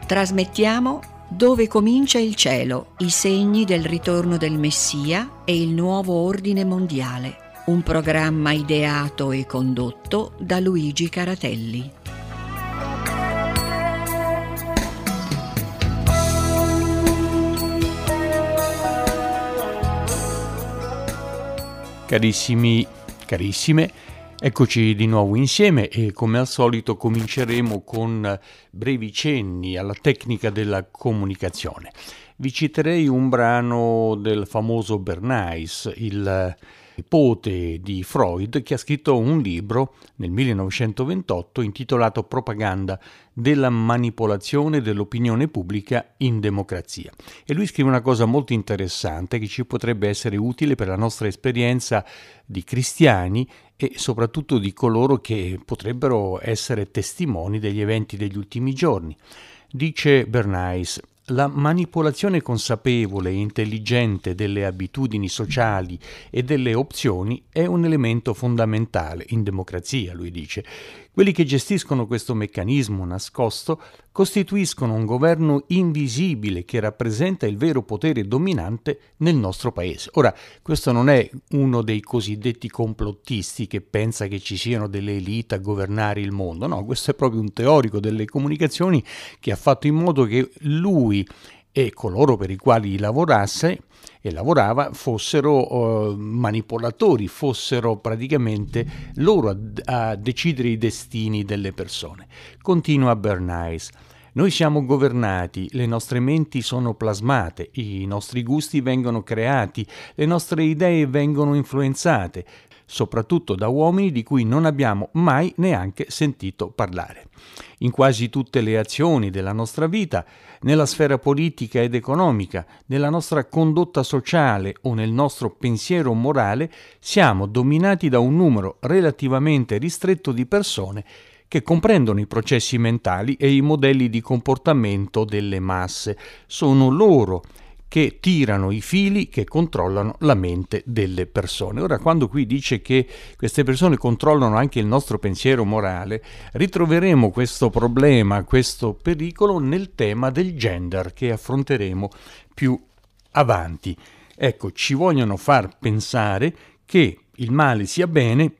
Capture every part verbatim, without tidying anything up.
Trasmettiamo Dove comincia il cielo, i segni del ritorno del Messia e il nuovo ordine mondiale, un programma ideato e condotto da Luigi Caratelli. Carissimi, carissime, eccoci di nuovo insieme e come al solito cominceremo con brevi cenni alla tecnica della comunicazione. Vi citerei un brano del famoso Bernays, il nipote di Freud, che ha scritto un libro nel millenovecentoventotto intitolato Propaganda della manipolazione dell'opinione pubblica in democrazia. E lui scrive una cosa molto interessante che ci potrebbe essere utile per la nostra esperienza di cristiani e soprattutto di coloro che potrebbero essere testimoni degli eventi degli ultimi giorni. Dice Bernays: la manipolazione consapevole e intelligente delle abitudini sociali e delle opzioni è un elemento fondamentale in democrazia, lui dice. Quelli che gestiscono questo meccanismo nascosto costituiscono un governo invisibile che rappresenta il vero potere dominante nel nostro paese. Ora, questo non è uno dei cosiddetti complottisti che pensa che ci siano delle elite a governare il mondo, no, questo è proprio un teorico delle comunicazioni che ha fatto in modo che lui e coloro per i quali lavorasse e lavorava fossero uh, manipolatori, fossero praticamente loro a, a decidere i destini delle persone. Continua Bernays: noi siamo governati, le nostre menti sono plasmate, i nostri gusti vengono creati, le nostre idee vengono influenzate, soprattutto da uomini di cui non abbiamo mai neanche sentito parlare. In quasi tutte le azioni della nostra vita, nella sfera politica ed economica, nella nostra condotta sociale o nel nostro pensiero morale, siamo dominati da un numero relativamente ristretto di persone che comprendono i processi mentali e i modelli di comportamento delle masse. Sono loro che tirano i fili che controllano la mente delle persone. Ora, quando qui dice che queste persone controllano anche il nostro pensiero morale, ritroveremo questo problema, questo pericolo nel tema del gender che affronteremo più avanti. Ecco, ci vogliono far pensare che il male sia bene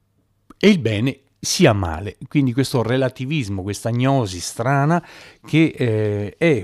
e il bene sia male. Quindi questo relativismo, questa agnosi strana che eh, è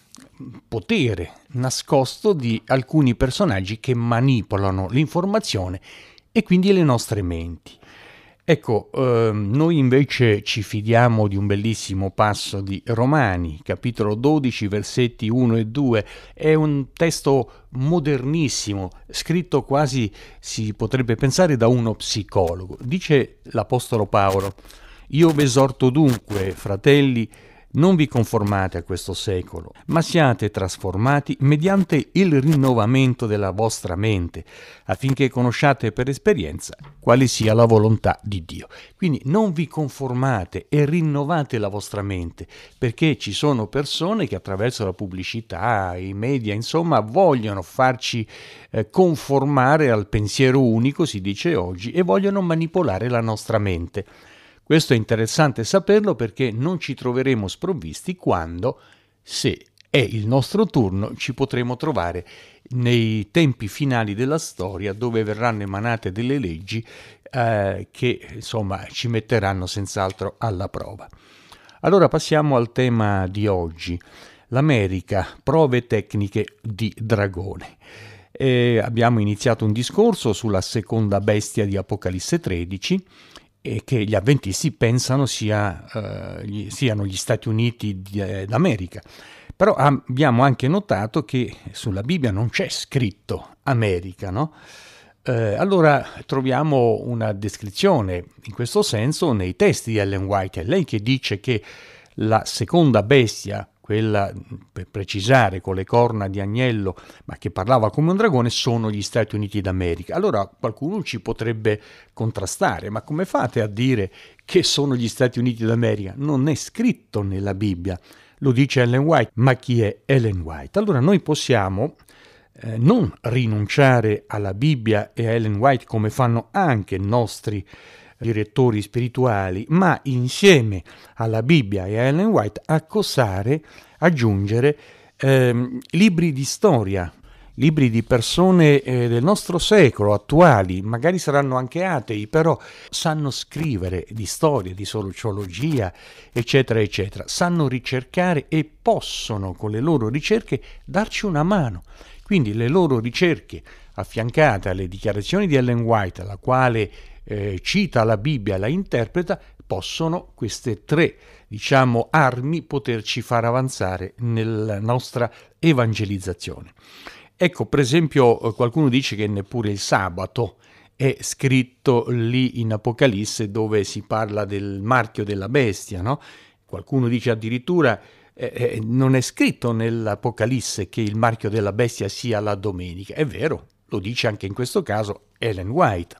potere nascosto di alcuni personaggi che manipolano l'informazione e quindi le nostre menti. Ecco, eh, noi invece ci fidiamo di un bellissimo passo di Romani, capitolo dodici, versetti uno e due. È un testo modernissimo, scritto quasi, si potrebbe pensare, da uno psicologo. Dice l'Apostolo Paolo: io vi esorto dunque, fratelli, non vi conformate a questo secolo, ma siate trasformati mediante il rinnovamento della vostra mente, affinché conosciate per esperienza quale sia la volontà di Dio. Quindi non vi conformate e rinnovate la vostra mente, perché ci sono persone che attraverso la pubblicità, i media, insomma, vogliono farci eh, conformare al pensiero unico, si dice oggi, e vogliono manipolare la nostra mente. Questo è interessante saperlo perché non ci troveremo sprovvisti quando, se è il nostro turno, ci potremo trovare nei tempi finali della storia dove verranno emanate delle leggi eh, che insomma ci metteranno senz'altro alla prova. Allora passiamo al tema di oggi: l'America, prove tecniche di dragone. E abbiamo iniziato un discorso sulla seconda bestia di Apocalisse tredici, e che gli avventisti pensano sia, eh, gli, siano gli Stati Uniti di, eh, d'America. Però abbiamo anche notato che sulla Bibbia non c'è scritto America, no? Eh, allora troviamo una descrizione in questo senso nei testi di Ellen White. È lei che dice che la seconda bestia, quella, per precisare, con le corna di agnello, ma che parlava come un dragone, sono gli Stati Uniti d'America. Allora qualcuno ci potrebbe contrastare: ma come fate a dire che sono gli Stati Uniti d'America? Non è scritto nella Bibbia, lo dice Ellen White. Ma chi è Ellen White? Allora noi possiamo eh, non rinunciare alla Bibbia e a Ellen White come fanno anche nostri direttori spirituali, ma insieme alla Bibbia e a Ellen White accostare, aggiungere ehm, libri di storia, libri di persone eh, del nostro secolo, attuali, magari saranno anche atei, però sanno scrivere di storia, di sociologia, eccetera, eccetera, sanno ricercare e possono con le loro ricerche darci una mano. Quindi le loro ricerche, affiancate alle dichiarazioni di Ellen White, la quale eh, cita la Bibbia e la interpreta, possono queste tre, diciamo, armi poterci far avanzare nella nostra evangelizzazione. Ecco, per esempio, qualcuno dice che neppure il sabato è scritto lì in Apocalisse, dove si parla del marchio della bestia, no? Qualcuno dice addirittura eh, non è scritto nell'Apocalisse che il marchio della bestia sia la domenica. È vero, lo dice anche in questo caso Ellen White.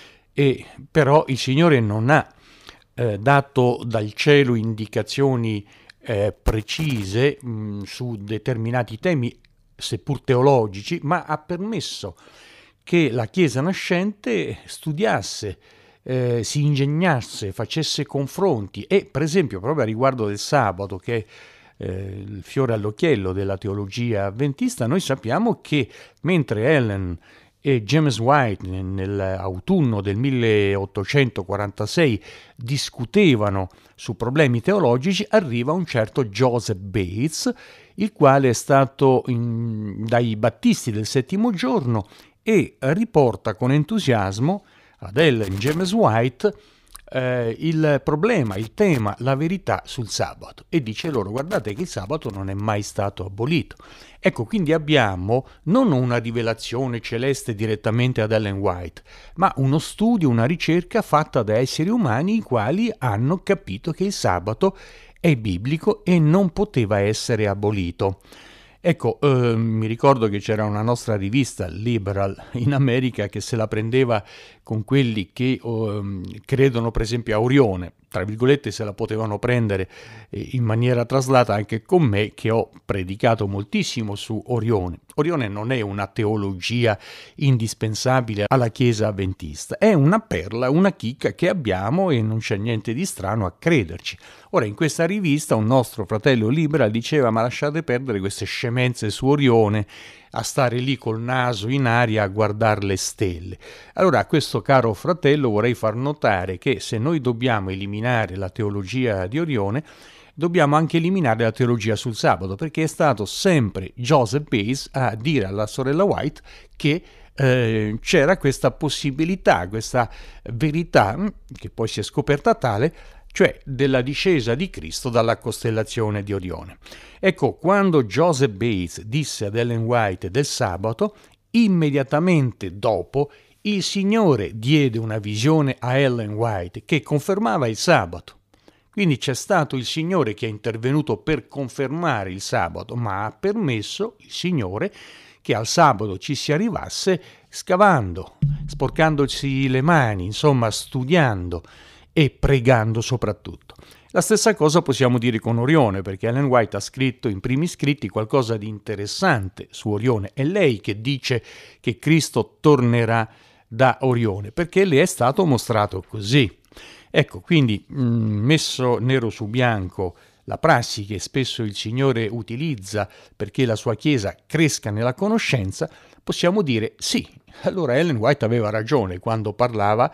E però il Signore non ha eh, dato dal cielo indicazioni eh, precise mh, su determinati temi, seppur teologici, ma ha permesso che la Chiesa nascente studiasse, eh, si ingegnasse, facesse confronti e, per esempio, proprio a riguardo del sabato, che è eh, il fiore all'occhiello della teologia avventista, noi sappiamo che mentre Ellen e James White nell'autunno del milleottocentoquarantasei discutevano su problemi teologici, arriva un certo Joseph Bates, il quale è stato in, dai battisti del settimo giorno e riporta con entusiasmo ad Ellen James White eh, il problema, il tema, la verità sul sabato, e dice loro: guardate che il sabato non è mai stato abolito. Ecco, quindi abbiamo non una rivelazione celeste direttamente ad Ellen White, ma uno studio, una ricerca fatta da esseri umani i quali hanno capito che il sabato è biblico e non poteva essere abolito. Ecco, eh, mi ricordo che c'era una nostra rivista, Liberal, in America, che se la prendeva con quelli che eh, credono per esempio a Orione, tra virgolette se la potevano prendere eh, in maniera traslata anche con me, che ho predicato moltissimo su Orione. Orione non è una teologia indispensabile alla Chiesa avventista, è una perla, una chicca che abbiamo e non c'è niente di strano a crederci. Ora, in questa rivista un nostro fratello liberal diceva: ma lasciate perdere queste scemenze su Orione, a stare lì col naso in aria a guardare le stelle. Allora, a questo caro fratello vorrei far notare che se noi dobbiamo eliminare la teologia di Orione, dobbiamo anche eliminare la teologia sul sabato, perché è stato sempre Joseph Bates a dire alla sorella White che eh, c'era questa possibilità, questa verità, che poi si è scoperta tale, cioè della discesa di Cristo dalla costellazione di Orione. Ecco, quando Joseph Bates disse ad Ellen White del sabato, immediatamente dopo il Signore diede una visione a Ellen White che confermava il sabato. Quindi c'è stato il Signore che è intervenuto per confermare il sabato, ma ha permesso il Signore che al sabato ci si arrivasse scavando, sporcandosi le mani, insomma studiando e pregando soprattutto. La stessa cosa possiamo dire con Orione, perché Ellen White ha scritto in primi scritti qualcosa di interessante su Orione. È lei che dice che Cristo tornerà da Orione, perché le è stato mostrato così. Ecco, quindi mh, messo nero su bianco la prassi che spesso il Signore utilizza perché la sua Chiesa cresca nella conoscenza, possiamo dire sì, allora Ellen White aveva ragione quando parlava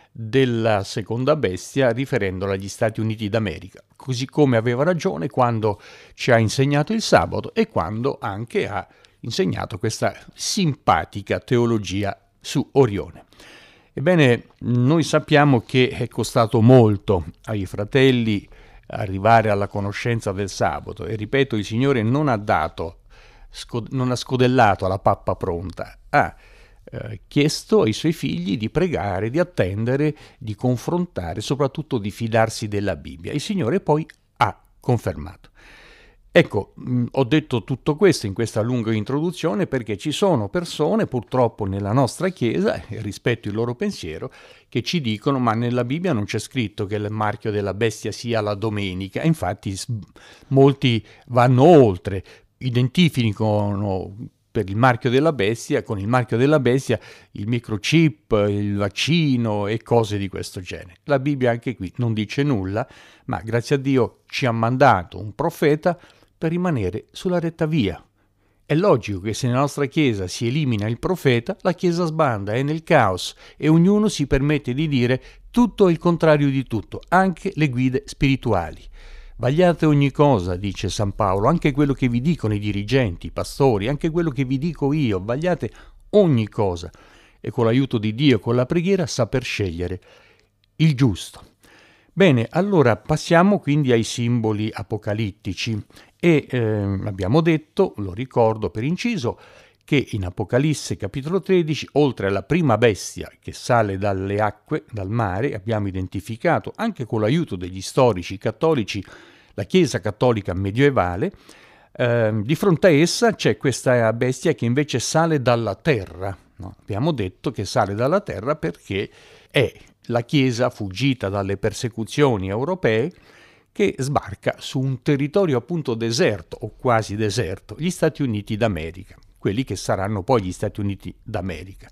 della seconda bestia riferendola agli Stati Uniti d'America, così come aveva ragione quando ci ha insegnato il sabato e quando anche ha insegnato questa simpatica teologia su Orione. Ebbene, noi sappiamo che è costato molto ai fratelli arrivare alla conoscenza del sabato e, ripeto, il Signore non ha dato, scod- non ha scodellato alla pappa pronta, ha eh, chiesto ai suoi figli di pregare, di attendere, di confrontare, soprattutto di fidarsi della Bibbia. Il Signore poi ha confermato. Ecco, mh, ho detto tutto questo in questa lunga introduzione perché ci sono persone purtroppo nella nostra Chiesa, e rispetto il loro pensiero, che ci dicono: ma nella Bibbia non c'è scritto che il marchio della bestia sia la domenica. Infatti molti vanno oltre, identificano per il marchio della bestia, con il marchio della bestia, il microchip, il vaccino e cose di questo genere. La Bibbia anche qui non dice nulla, ma grazie a Dio ci ha mandato un profeta per rimanere sulla retta via. È logico che se nella nostra Chiesa si elimina il profeta, la Chiesa sbanda, è nel caos e ognuno si permette di dire tutto il contrario di tutto, anche le guide spirituali. Vagliate ogni cosa, dice San Paolo, anche quello che vi dicono i dirigenti, i pastori, anche quello che vi dico io, vagliate ogni cosa e con l'aiuto di Dio, con la preghiera, saper scegliere il giusto. Bene, allora passiamo quindi ai simboli apocalittici e eh, abbiamo detto, lo ricordo per inciso, che in Apocalisse capitolo tredici, oltre alla prima bestia che sale dalle acque, dal mare, abbiamo identificato anche con l'aiuto degli storici cattolici la Chiesa cattolica medievale, eh, di fronte a essa c'è questa bestia che invece sale dalla terra. No? Abbiamo detto che sale dalla terra perché è la Chiesa fuggita dalle persecuzioni europee che sbarca su un territorio appunto deserto o quasi deserto, gli Stati Uniti d'America, quelli che saranno poi gli Stati Uniti d'America.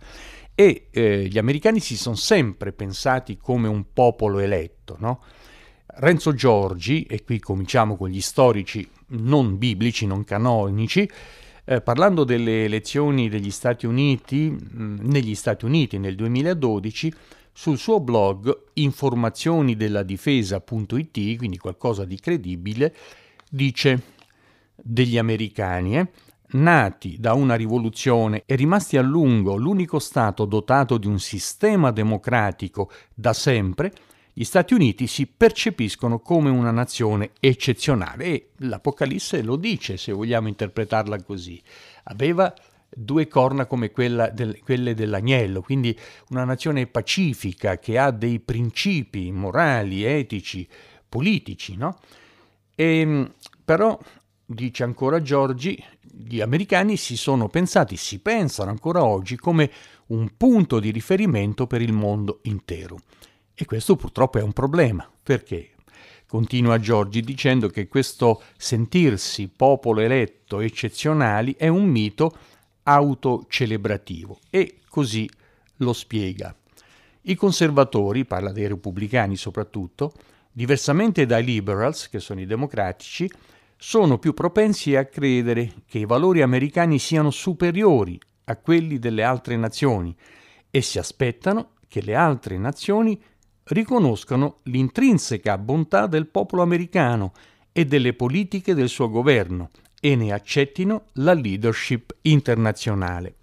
E eh, gli americani si sono sempre pensati come un popolo eletto, no? Renzo Giorgi, e qui cominciamo con gli storici non biblici, non canonici, eh, parlando delle elezioni degli Stati Uniti, mh, negli Stati Uniti nel duemiladodici, sul suo blog informazioni della difesa punto it, quindi qualcosa di credibile, dice degli americani, eh, nati da una rivoluzione e rimasti a lungo l'unico Stato dotato di un sistema democratico da sempre, gli Stati Uniti si percepiscono come una nazione eccezionale e l'Apocalisse lo dice, se vogliamo interpretarla così. Aveva due corna come quella del, quelle dell'agnello, quindi una nazione pacifica che ha dei principi morali, etici, politici, no? E, però, dice ancora Giorgi, gli americani si sono pensati, si pensano ancora oggi come un punto di riferimento per il mondo intero. E questo purtroppo è un problema. Perché? Continua Giorgi dicendo che questo sentirsi popolo eletto eccezionali è un mito autocelebrativo e così lo spiega. I conservatori, parla dei repubblicani soprattutto, diversamente dai liberals, che sono i democratici, sono più propensi a credere che i valori americani siano superiori a quelli delle altre nazioni e si aspettano che le altre nazioni riconoscano l'intrinseca bontà del popolo americano e delle politiche del suo governo e ne accettino la leadership internazionale.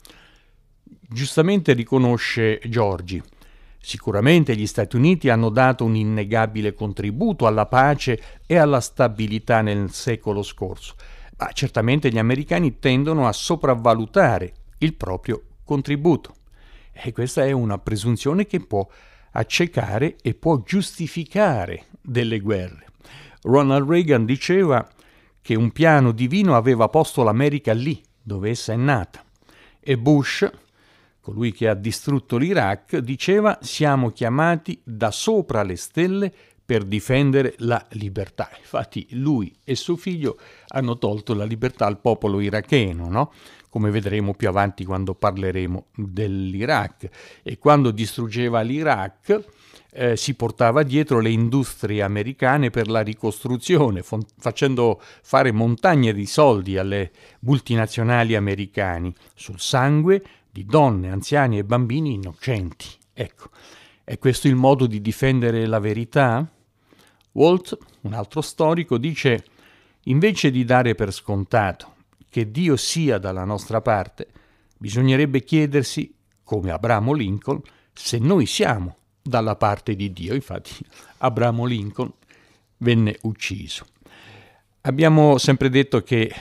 Giustamente riconosce Giorgi, sicuramente gli Stati Uniti hanno dato un innegabile contributo alla pace e alla stabilità nel secolo scorso, ma certamente gli americani tendono a sopravvalutare il proprio contributo. E questa è una presunzione che può accecare e può giustificare delle guerre. Ronald Reagan diceva che un piano divino aveva posto l'America lì, dove essa è nata. E Bush, colui che ha distrutto l'Iraq, diceva siamo chiamati da sopra le stelle per difendere la libertà. Infatti lui e suo figlio hanno tolto la libertà al popolo iracheno, no? Come vedremo più avanti quando parleremo dell'Iraq. E quando distruggeva l'Iraq eh, si portava dietro le industrie americane per la ricostruzione, fon- facendo fare montagne di soldi alle multinazionali americane sul sangue di donne, anziani e bambini innocenti. Ecco, è questo il modo di difendere la verità? Walt, un altro storico, dice invece di dare per scontato che Dio sia dalla nostra parte, bisognerebbe chiedersi, come Abramo Lincoln, se noi siamo dalla parte di Dio. Infatti Abramo Lincoln venne ucciso. Abbiamo sempre detto che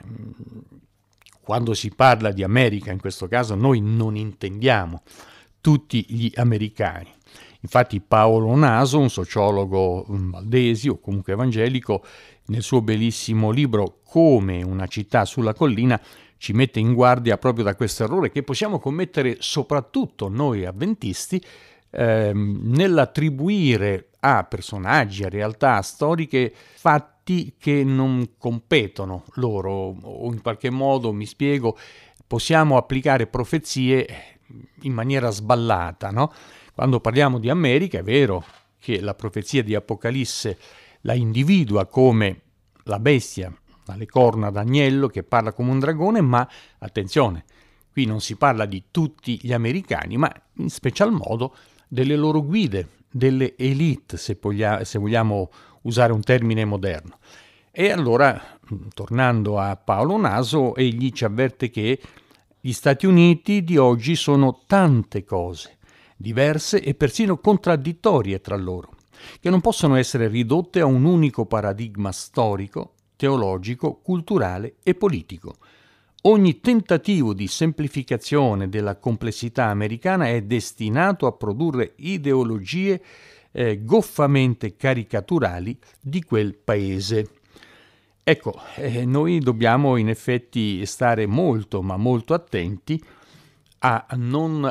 quando si parla di America, in questo caso, noi non intendiamo tutti gli americani. Infatti Paolo Naso, un sociologo valdesi o comunque evangelico, nel suo bellissimo libro Come una città sulla collina, ci mette in guardia proprio da questo errore che possiamo commettere soprattutto noi avventisti ehm, nell'attribuire a personaggi, a realtà storiche fatti che non competono loro, o in qualche modo, mi spiego, possiamo applicare profezie in maniera sballata, no? Quando parliamo di America è vero che la profezia di Apocalisse la individua come la bestia dalle corna d'agnello che parla come un dragone, ma attenzione, qui non si parla di tutti gli americani, ma in special modo delle loro guide, delle elite, se, voglia, se vogliamo usare un termine moderno. E allora, tornando a Paolo Naso, egli ci avverte che gli Stati Uniti di oggi sono tante cose, diverse e persino contraddittorie tra loro, che non possono essere ridotte a un unico paradigma storico, teologico, culturale e politico. Ogni tentativo di semplificazione della complessità americana è destinato a produrre ideologie eh, goffamente caricaturali di quel paese. Ecco, eh, noi dobbiamo in effetti stare molto, ma molto attenti a non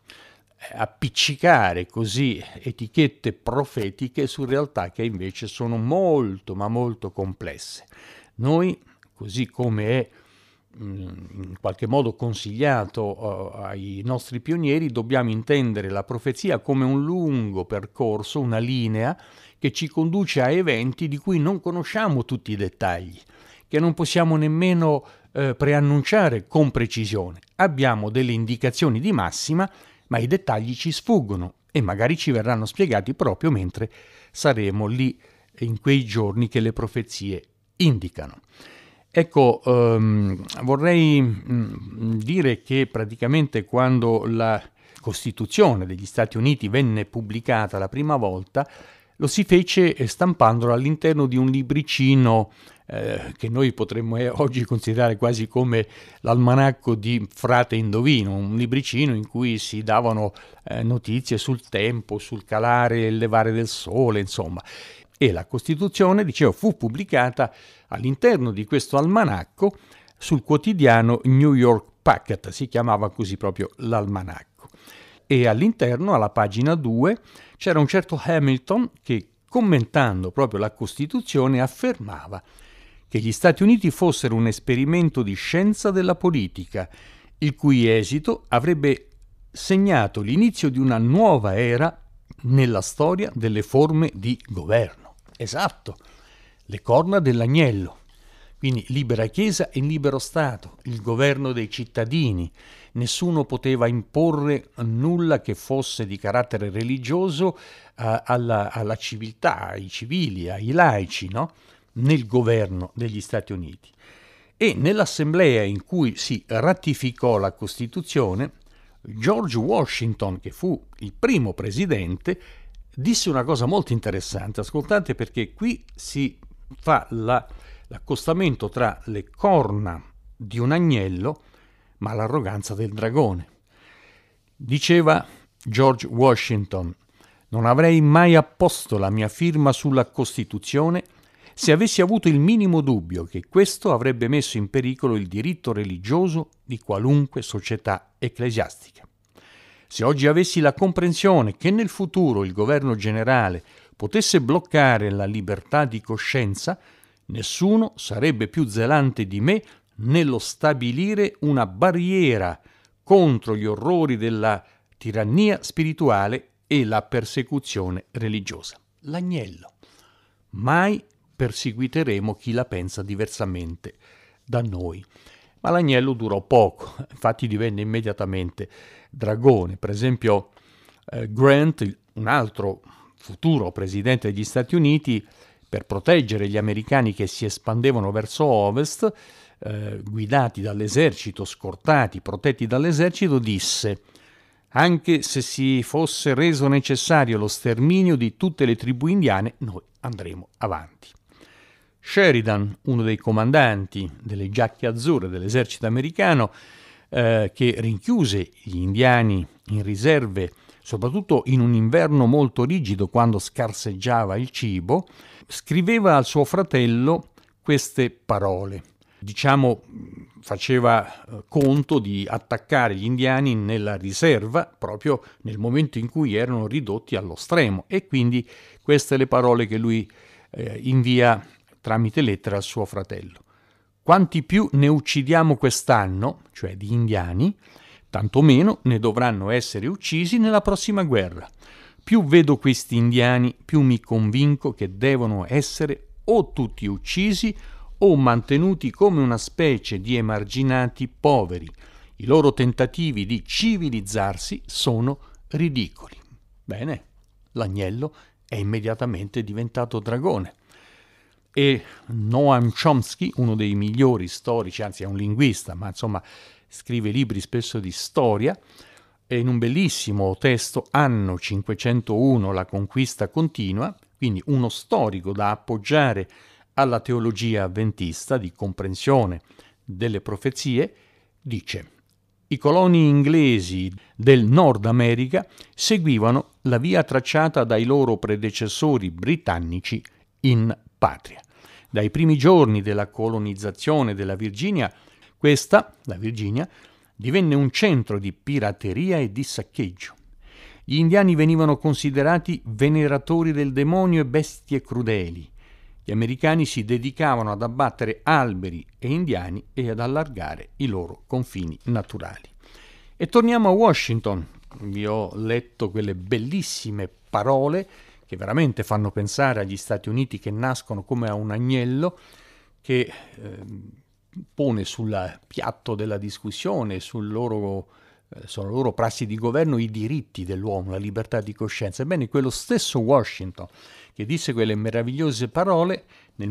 appiccicare così etichette profetiche su realtà che invece sono molto ma molto complesse. Noi, così come è in qualche modo consigliato uh, ai nostri pionieri, dobbiamo intendere la profezia come un lungo percorso, una linea che ci conduce a eventi di cui non conosciamo tutti i dettagli, che non possiamo nemmeno uh, preannunciare con precisione. Abbiamo delle indicazioni di massima, ma i dettagli ci sfuggono e magari ci verranno spiegati proprio mentre saremo lì in quei giorni che le profezie indicano. Ecco, um, vorrei um, dire che praticamente quando la Costituzione degli Stati Uniti venne pubblicata la prima volta, lo si fece stampandolo all'interno di un libricino eh, che noi potremmo oggi considerare quasi come l'almanacco di Frate Indovino, un libricino in cui si davano eh, notizie sul tempo, sul calare e il levare del sole, insomma. E la Costituzione, dicevo, fu pubblicata all'interno di questo almanacco sul quotidiano New York Packet, si chiamava così proprio l'almanacco. E all'interno, alla pagina due, c'era un certo Hamilton che, commentando proprio la Costituzione, affermava che gli Stati Uniti fossero un esperimento di scienza della politica, il cui esito avrebbe segnato l'inizio di una nuova era nella storia delle forme di governo. Esatto, le corna dell'agnello. Quindi libera Chiesa e libero Stato, il governo dei cittadini. Nessuno poteva imporre nulla che fosse di carattere religioso uh, alla, alla civiltà, ai civili, ai laici, no? Nel governo degli Stati Uniti. E nell'assemblea in cui si ratificò la Costituzione, George Washington, che fu il primo presidente, disse una cosa molto interessante. Ascoltate, perché qui si fa la, l'accostamento tra le corna di un agnello ma l'arroganza del dragone. Diceva George Washington: non avrei mai apposto la mia firma sulla Costituzione se avessi avuto il minimo dubbio che questo avrebbe messo in pericolo il diritto religioso di qualunque società ecclesiastica. Se oggi avessi la comprensione che nel futuro il governo generale potesse bloccare la libertà di coscienza, nessuno sarebbe più zelante di me nello stabilire una barriera contro gli orrori della tirannia spirituale e la persecuzione religiosa. L'agnello. Mai perseguiteremo chi la pensa diversamente da noi. Ma l'agnello durò poco, infatti divenne immediatamente dragone. Per esempio eh, Grant, un altro futuro presidente degli Stati Uniti, per proteggere gli americani che si espandevano verso ovest, eh, guidati dall'esercito, scortati, protetti dall'esercito, disse: anche se si fosse reso necessario lo sterminio di tutte le tribù indiane, noi andremo avanti. Sheridan, uno dei comandanti delle giacche azzurre dell'esercito americano, eh, che rinchiuse gli indiani in riserve, soprattutto in un inverno molto rigido quando scarseggiava il cibo, scriveva al suo fratello queste parole. Diciamo, faceva eh, conto di attaccare gli indiani nella riserva proprio nel momento in cui erano ridotti allo stremo, e quindi queste le parole che lui eh, invia tramite lettera al suo fratello. Quanti più ne uccidiamo quest'anno, cioè di indiani, tanto meno ne dovranno essere uccisi nella prossima guerra. Più vedo questi indiani, più mi convinco che devono essere o tutti uccisi o mantenuti come una specie di emarginati poveri. I loro tentativi di civilizzarsi sono ridicoli. Bene, l'agnello è immediatamente diventato dragone. E Noam Chomsky, uno dei migliori storici, anzi è un linguista, ma insomma scrive libri spesso di storia, e in un bellissimo testo, Anno cinquecentouno, la conquista continua, quindi uno storico da appoggiare alla teologia avventista di comprensione delle profezie, dice: i coloni inglesi del Nord America seguivano la via tracciata dai loro predecessori britannici in patria. Dai primi giorni della colonizzazione della Virginia, questa, la Virginia, divenne un centro di pirateria e di saccheggio. Gli indiani venivano considerati veneratori del demonio e bestie crudeli. Gli americani si dedicavano ad abbattere alberi e indiani e ad allargare i loro confini naturali. E torniamo a Washington. Vi ho letto quelle bellissime parole che veramente fanno pensare agli Stati Uniti, che nascono come a un agnello che eh, pone sul piatto della discussione, sul loro, eh, sulla loro prassi di governo, i diritti dell'uomo, la libertà di coscienza. Ebbene, quello stesso Washington che disse quelle meravigliose parole nel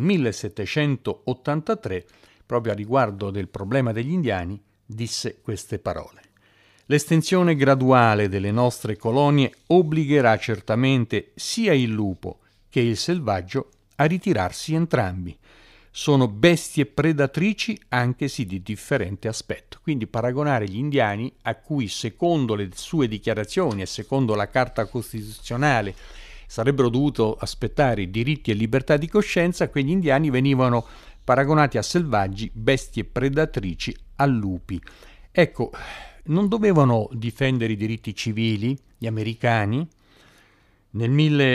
millesettecentottantatré, proprio a riguardo del problema degli indiani, disse queste parole: l'estensione graduale delle nostre colonie obbligherà certamente sia il lupo che il selvaggio a ritirarsi entrambi. Sono bestie predatrici anche se di differente aspetto. Quindi paragonare gli indiani, a cui secondo le sue dichiarazioni e secondo la Carta Costituzionale sarebbero dovuto aspettare diritti e libertà di coscienza, quegli indiani venivano paragonati a selvaggi, bestie predatrici, a lupi. Ecco, non dovevano difendere i diritti civili gli americani? Nel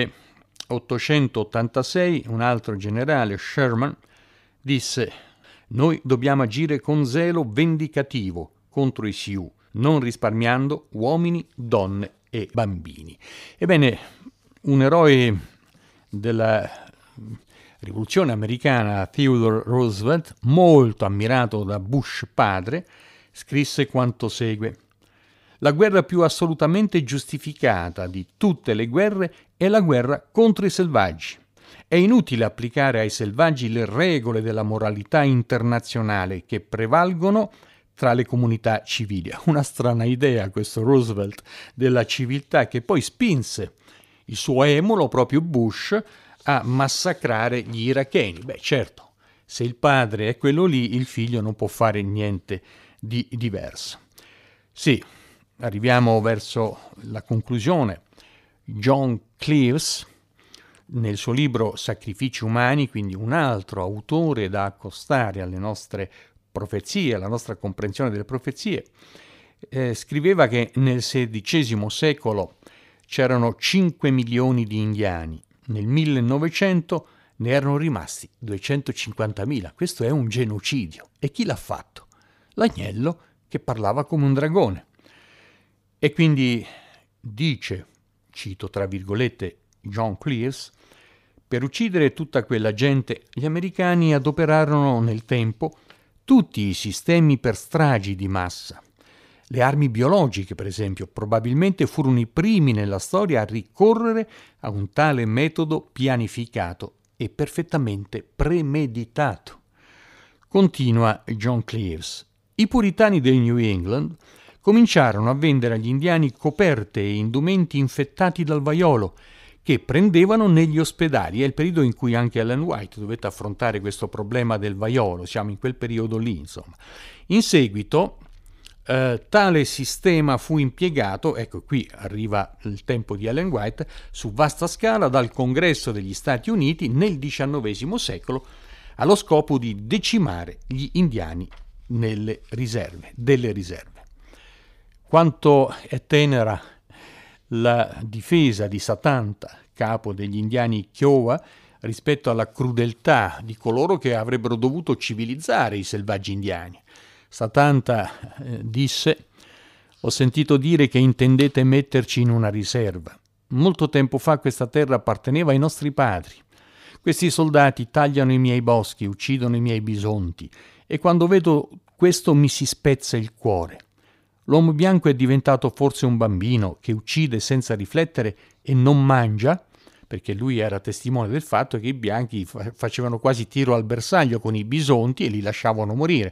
milleottocentottantasei un altro generale, Sherman, disse: noi dobbiamo agire con zelo vendicativo contro i Sioux, non risparmiando uomini, donne e bambini. Ebbene, un eroe della rivoluzione americana, Theodore Roosevelt, molto ammirato da Bush padre, scrisse quanto segue: la guerra più assolutamente giustificata di tutte le guerre è la guerra contro i selvaggi. È inutile applicare ai selvaggi le regole della moralità internazionale che prevalgono tra le comunità civili. Una strana idea questo Roosevelt della civiltà, che poi spinse il suo emulo, proprio Bush, a massacrare gli iracheni. Beh, certo, se il padre è quello lì, il figlio non può fare niente di diverso. Sì, arriviamo verso la conclusione. John Cleves, nel suo libro Sacrifici umani, quindi un altro autore da accostare alle nostre profezie, alla nostra comprensione delle profezie, eh, scriveva che nel sedicesimo secolo c'erano cinque milioni di indiani, nel millenovecento ne erano rimasti duecentocinquantamila. Questo è un genocidio. E chi l'ha fatto? L'agnello che parlava come un dragone. E quindi dice, cito tra virgolette John Cleves, per uccidere tutta quella gente gli americani adoperarono nel tempo tutti i sistemi per stragi di massa. Le armi biologiche, per esempio, probabilmente furono i primi nella storia a ricorrere a un tale metodo pianificato e perfettamente premeditato. Continua John Cleves: i puritani del New England cominciarono a vendere agli indiani coperte e indumenti infettati dal vaiolo che prendevano negli ospedali. È il periodo in cui anche Ellen White dovette affrontare questo problema del vaiolo, siamo in quel periodo lì, insomma. In seguito eh, tale sistema fu impiegato, ecco qui arriva il tempo di Ellen White, su vasta scala dal Congresso degli Stati Uniti nel diciannovesimo secolo allo scopo di decimare gli indiani nelle riserve, delle riserve. Quanto è tenera la difesa di Satanta, capo degli indiani Kiowa, rispetto alla crudeltà di coloro che avrebbero dovuto civilizzare i selvaggi indiani. Satanta eh, disse: «Ho sentito dire che intendete metterci in una riserva. Molto tempo fa questa terra apparteneva ai nostri padri. Questi soldati tagliano i miei boschi, uccidono i miei bisonti, e quando vedo questo mi si spezza il cuore. L'uomo bianco è diventato forse un bambino che uccide senza riflettere e non mangia?» Perché lui era testimone del fatto che i bianchi fa- facevano quasi tiro al bersaglio con i bisonti e li lasciavano morire.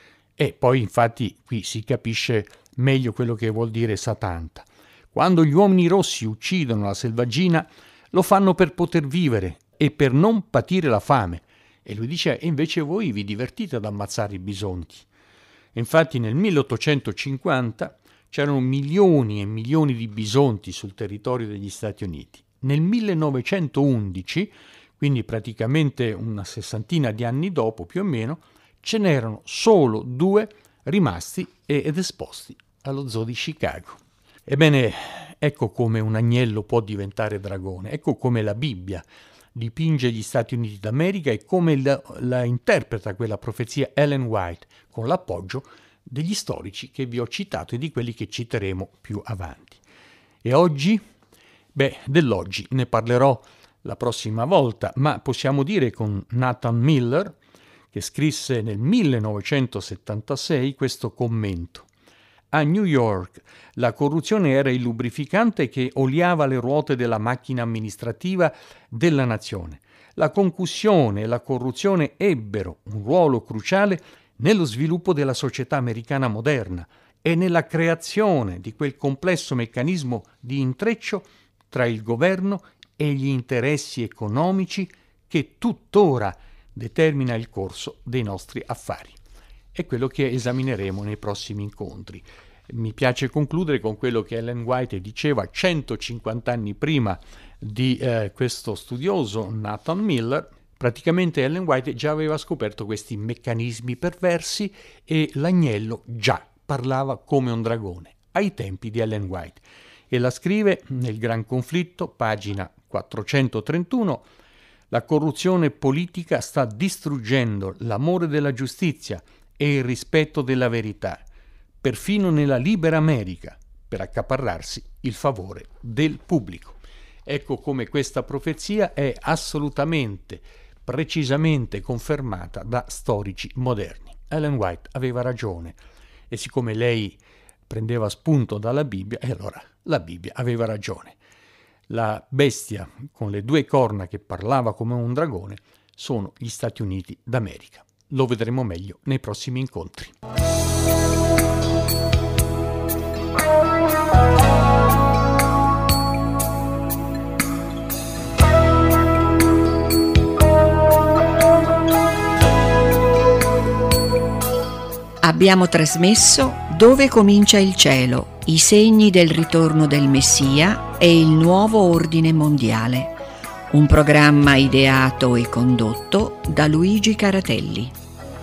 E poi infatti qui si capisce meglio quello che vuol dire Satanta. Quando gli uomini rossi uccidono la selvaggina, lo fanno per poter vivere e per non patire la fame. E lui dice: e invece voi vi divertite ad ammazzare i bisonti. Infatti nel milleottocentocinquanta c'erano milioni e milioni di bisonti sul territorio degli Stati Uniti. Nel millenovecentoundici, quindi praticamente una sessantina di anni dopo più o meno, ce n'erano solo due rimasti ed esposti allo zoo di Chicago. Ebbene, ecco come un agnello può diventare dragone, ecco come la Bibbia dipinge gli Stati Uniti d'America e come la, la interpreta quella profezia Ellen White, con l'appoggio degli storici che vi ho citato e di quelli che citeremo più avanti. E oggi? Beh, dell'oggi ne parlerò la prossima volta, ma possiamo dire con Nathan Miller, che scrisse nel millenovecentosettantasei questo commento. A New York la corruzione era il lubrificante che oliava le ruote della macchina amministrativa della nazione. La concussione e la corruzione ebbero un ruolo cruciale nello sviluppo della società americana moderna e nella creazione di quel complesso meccanismo di intreccio tra il governo e gli interessi economici che tuttora determina il corso dei nostri affari. È quello che esamineremo nei prossimi incontri. Mi piace concludere con quello che Ellen White diceva centocinquanta anni prima di eh, questo studioso Nathan Miller. Praticamente Ellen White già aveva scoperto questi meccanismi perversi e l'agnello già parlava come un dragone ai tempi di Ellen White. E la scrive nel Gran Conflitto, pagina quattrocentotrentuno, la corruzione politica sta distruggendo l'amore della giustizia e il rispetto della verità, perfino nella libera America, per accaparrarsi il favore del pubblico. Ecco come questa profezia è assolutamente, precisamente confermata da storici moderni. Ellen White aveva ragione e siccome lei prendeva spunto dalla Bibbia, e allora la Bibbia aveva ragione. La bestia con le due corna che parlava come un dragone sono gli Stati Uniti d'America. Lo vedremo meglio nei prossimi incontri. Abbiamo trasmesso Dove comincia il cielo, i segni del ritorno del Messia e il nuovo ordine mondiale, un programma ideato e condotto da Luigi Caratelli.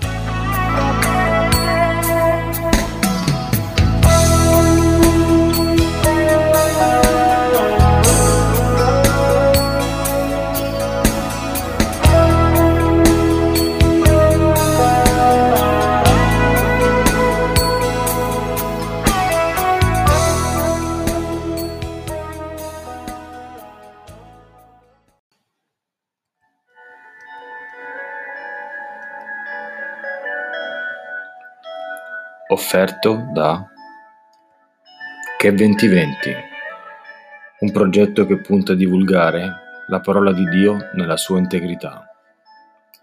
Offerto da Che venti venti, un progetto che punta a divulgare la parola di Dio nella sua integrità.